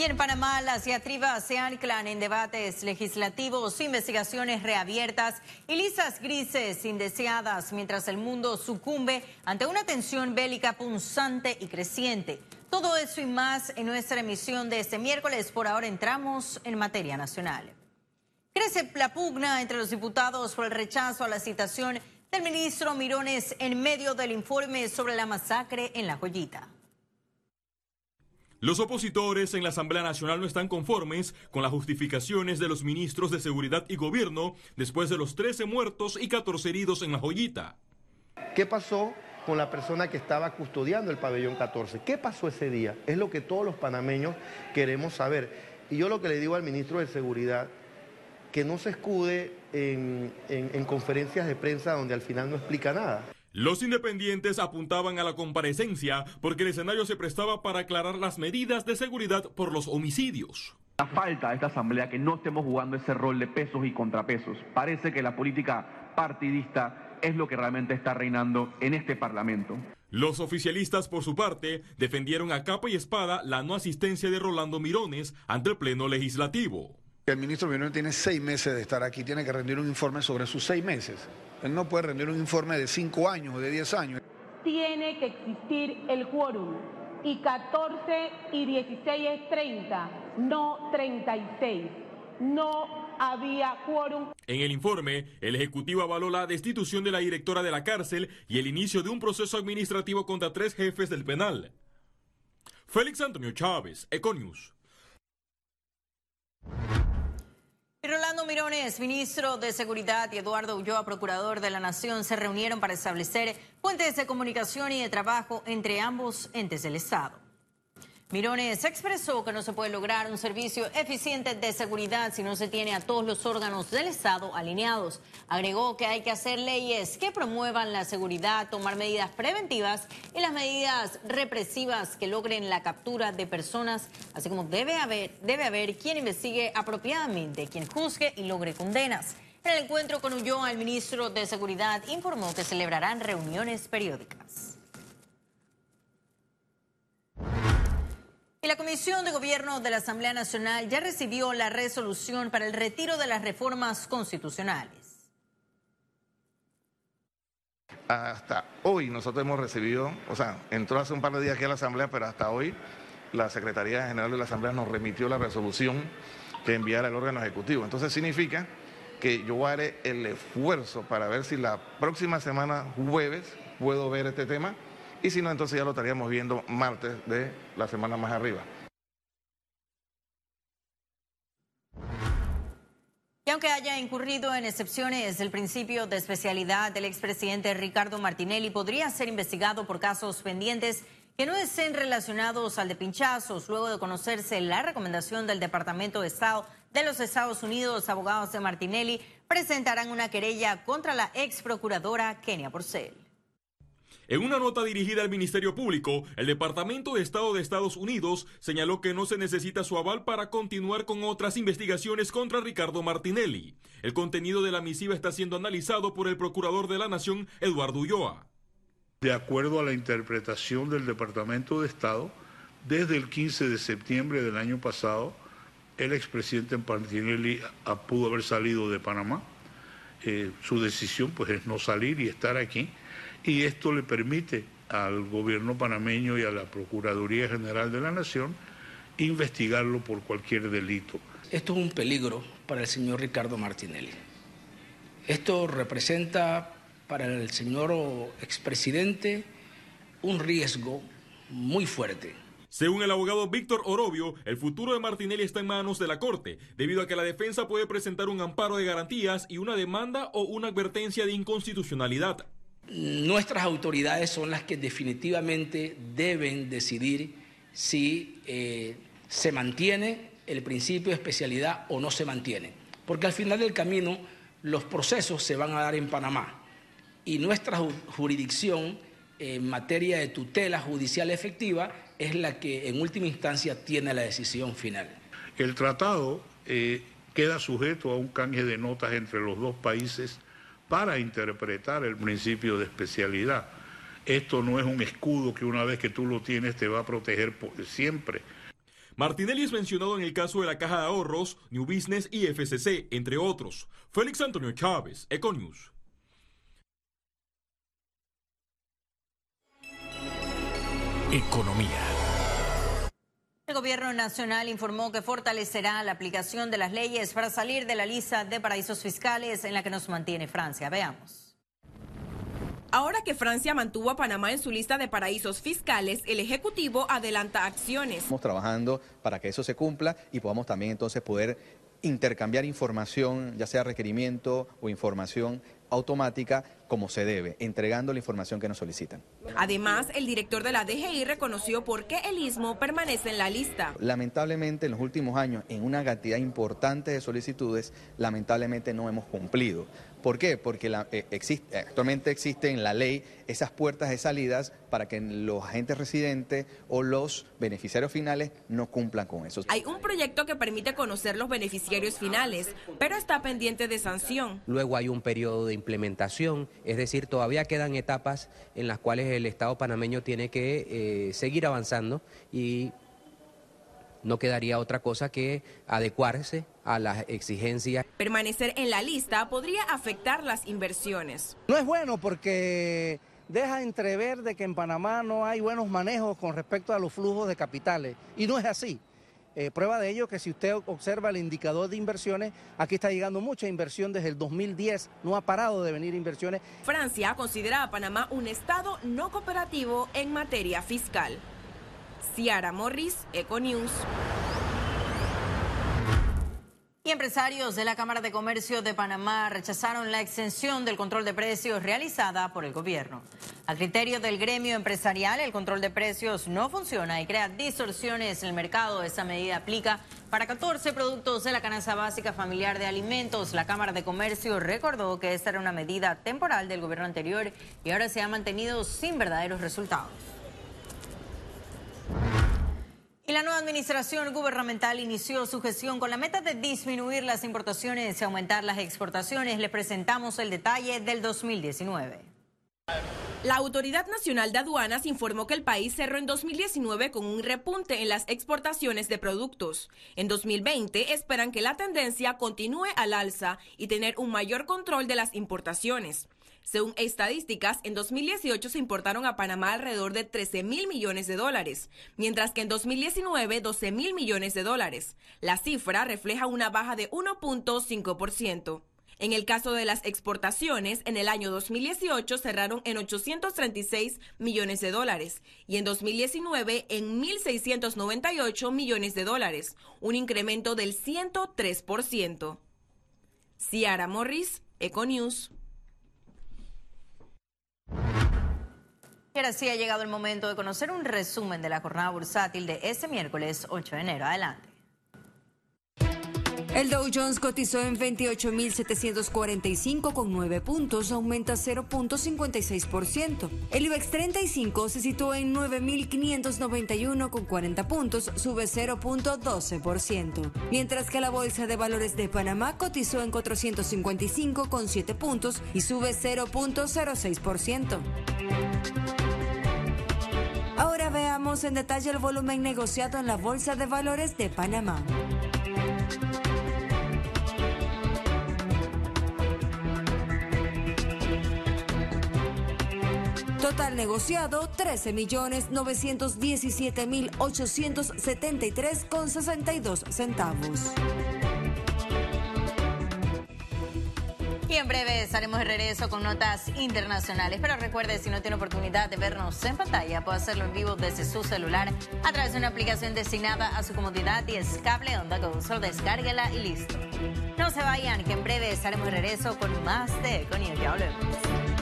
Y en Panamá, las diatribas se anclan en debates legislativos, investigaciones reabiertas y listas grises indeseadas, mientras el mundo sucumbe ante una tensión bélica punzante y creciente. Todo eso y más en nuestra emisión de este miércoles. Por ahora entramos en materia nacional. Crece la pugna entre los diputados por el rechazo a la citación del ministro Mirones en medio del informe sobre la masacre en La Joyita. Los opositores en la Asamblea Nacional no están conformes con las justificaciones de los ministros de Seguridad y Gobierno después de los 13 muertos y 14 heridos en La Joyita. ¿Qué pasó con la persona que estaba custodiando el pabellón 14? ¿Qué pasó ese día? Es lo que todos los panameños queremos saber. Y yo lo que le digo al ministro de Seguridad, que no se escude en conferencias de prensa donde al final no explica nada. Los independientes apuntaban a la comparecencia porque el escenario se prestaba para aclarar las medidas de seguridad por los homicidios. La falta de esta asamblea que no estemos jugando ese rol de pesos y contrapesos. Parece que la política partidista es lo que realmente está reinando en este parlamento. Los oficialistas, por su parte, defendieron a capa y espada la no asistencia de Rolando Mirones ante el Pleno Legislativo. El ministro Mirones tiene 6 meses de estar aquí, tiene que rendir un informe sobre sus 6 meses. Él no puede rendir un informe de 5 años o de 10 años. Tiene que existir el quórum, y 14 y 16 es 30, no 36. No había quórum. En el informe, el Ejecutivo avaló la destitución de la directora de la cárcel y el inicio de un proceso administrativo contra 3 jefes del penal. Félix Antonio Chávez, Econius. Rolando Mirones, ministro de Seguridad, y Eduardo Ulloa, procurador de la Nación, se reunieron para establecer puentes de comunicación y de trabajo entre ambos entes del Estado. Mirones expresó que no se puede lograr un servicio eficiente de seguridad si no se tiene a todos los órganos del Estado alineados. Agregó que hay que hacer leyes que promuevan la seguridad, tomar medidas preventivas y las medidas represivas que logren la captura de personas, así como debe haber quien investigue apropiadamente, quien juzgue y logre condenas. En el encuentro con Ulloa, el ministro de Seguridad informó que celebrarán reuniones periódicas. Y la Comisión de Gobierno de la Asamblea Nacional ya recibió la resolución para el retiro de las reformas constitucionales. Hasta hoy nosotros hemos recibido, entró hace un par de días aquí a la Asamblea, pero hasta hoy la Secretaría General de la Asamblea nos remitió la resolución que enviara el órgano ejecutivo. Entonces significa que yo haré el esfuerzo para ver si la próxima semana, jueves, puedo ver este tema. Y si no, entonces ya lo estaríamos viendo martes de la semana más arriba. Y aunque haya incurrido en excepciones, el principio de especialidad del expresidente Ricardo Martinelli podría ser investigado por casos pendientes que no estén relacionados al de pinchazos. Luego de conocerse la recomendación del Departamento de Estado de los Estados Unidos, abogados de Martinelli presentarán una querella contra la ex procuradora Kenia Porcel. En una nota dirigida al Ministerio Público, el Departamento de Estado de Estados Unidos señaló que no se necesita su aval para continuar con otras investigaciones contra Ricardo Martinelli. El contenido de la misiva está siendo analizado por el Procurador de la Nación, Eduardo Ulloa. De acuerdo a la interpretación del Departamento de Estado, desde el 15 de septiembre del año pasado, el expresidente Martinelli pudo haber salido de Panamá. Su decisión pues es no salir y estar aquí. Y esto le permite al gobierno panameño y a la Procuraduría General de la Nación investigarlo por cualquier delito. Esto es un peligro para el señor Ricardo Martinelli. Esto representa para el señor expresidente un riesgo muy fuerte. Según el abogado Víctor Orobio, el futuro de Martinelli está en manos de la Corte, debido a que la defensa puede presentar un amparo de garantías y una demanda o una advertencia de inconstitucionalidad. Nuestras autoridades son las que definitivamente deben decidir si se mantiene el principio de especialidad o no se mantiene. Porque al final del camino los procesos se van a dar en Panamá y nuestra jurisdicción en materia de tutela judicial efectiva es la que en última instancia tiene la decisión final. El tratado queda sujeto a un canje de notas entre los dos países para interpretar el principio de especialidad. Esto no es un escudo que una vez que tú lo tienes te va a proteger por siempre. Martinelli es mencionado en el caso de la Caja de Ahorros, New Business y FCC, entre otros. Félix Antonio Chávez, Econews. Economía. El gobierno nacional informó que fortalecerá la aplicación de las leyes para salir de la lista de paraísos fiscales en la que nos mantiene Francia. Veamos. Ahora que Francia mantuvo a Panamá en su lista de paraísos fiscales, el Ejecutivo adelanta acciones. Estamos trabajando para que eso se cumpla y podamos también entonces poder intercambiar información, ya sea requerimiento o información automática, como se debe, entregando la información que nos solicitan. Además, el director de la DGI reconoció por qué el Istmo permanece en la lista. Lamentablemente, en los últimos años, en una cantidad importante de solicitudes, lamentablemente no hemos cumplido. ¿Por qué? Porque actualmente existe en la ley esas puertas de salidas para que los agentes residentes o los beneficiarios finales no cumplan con eso. Hay un proyecto que permite conocer los beneficiarios finales, pero está pendiente de sanción. Luego hay un periodo de implementación, es decir, todavía quedan etapas en las cuales el Estado panameño tiene que seguir avanzando y no quedaría otra cosa que adecuarse a las exigencias. Permanecer en la lista podría afectar las inversiones. No es bueno porque deja entrever de que en Panamá no hay buenos manejos con respecto a los flujos de capitales, y no es así. Prueba de ello que si usted observa el indicador de inversiones, aquí está llegando mucha inversión desde el 2010, no ha parado de venir inversiones. Francia considera a Panamá un estado no cooperativo en materia fiscal. Ciara Morris, Econews. Y empresarios de la Cámara de Comercio de Panamá rechazaron la exención del control de precios realizada por el gobierno. A criterio del gremio empresarial, el control de precios no funciona y crea distorsiones en el mercado. Esa medida aplica para 14 productos de la canasta básica familiar de alimentos. La Cámara de Comercio recordó que esta era una medida temporal del gobierno anterior y ahora se ha mantenido sin verdaderos resultados. Y la nueva administración gubernamental inició su gestión con la meta de disminuir las importaciones y aumentar las exportaciones. Les presentamos el detalle del 2019. La Autoridad Nacional de Aduanas informó que el país cerró en 2019 con un repunte en las exportaciones de productos. En 2020 esperan que la tendencia continúe al alza y tener un mayor control de las importaciones. Según estadísticas, en 2018 se importaron a Panamá alrededor de 13.000 millones de dólares, mientras que en 2019 12.000 millones de dólares. La cifra refleja una baja de 1.5%. En el caso de las exportaciones, en el año 2018 cerraron en 836 millones de dólares y en 2019 en 1.698 millones de dólares, un incremento del 103%. Ciara Morris, Econews. Y ahora sí ha llegado el momento de conocer un resumen de la jornada bursátil de este miércoles 8 de enero. Adelante. El Dow Jones cotizó en 28.745 con 9 puntos, aumenta 0.56%. El IBEX 35 se situó en 9.591 con 40 puntos, sube 0.12%. Mientras que la Bolsa de Valores de Panamá cotizó en 455 con 7 puntos y sube 0.06%. Ahora veamos en detalle el volumen negociado en la Bolsa de Valores de Panamá. Total negociado 13.917.873,62 centavos. Y en breve estaremos de regreso con notas internacionales. Pero recuerde, si no tiene oportunidad de vernos en pantalla, puede hacerlo en vivo desde su celular a través de una aplicación designada a su comodidad y es Cable On The Go. Solo descárguela y listo. No se vayan, que en breve estaremos de regreso con más de Econews. Ya volvemos.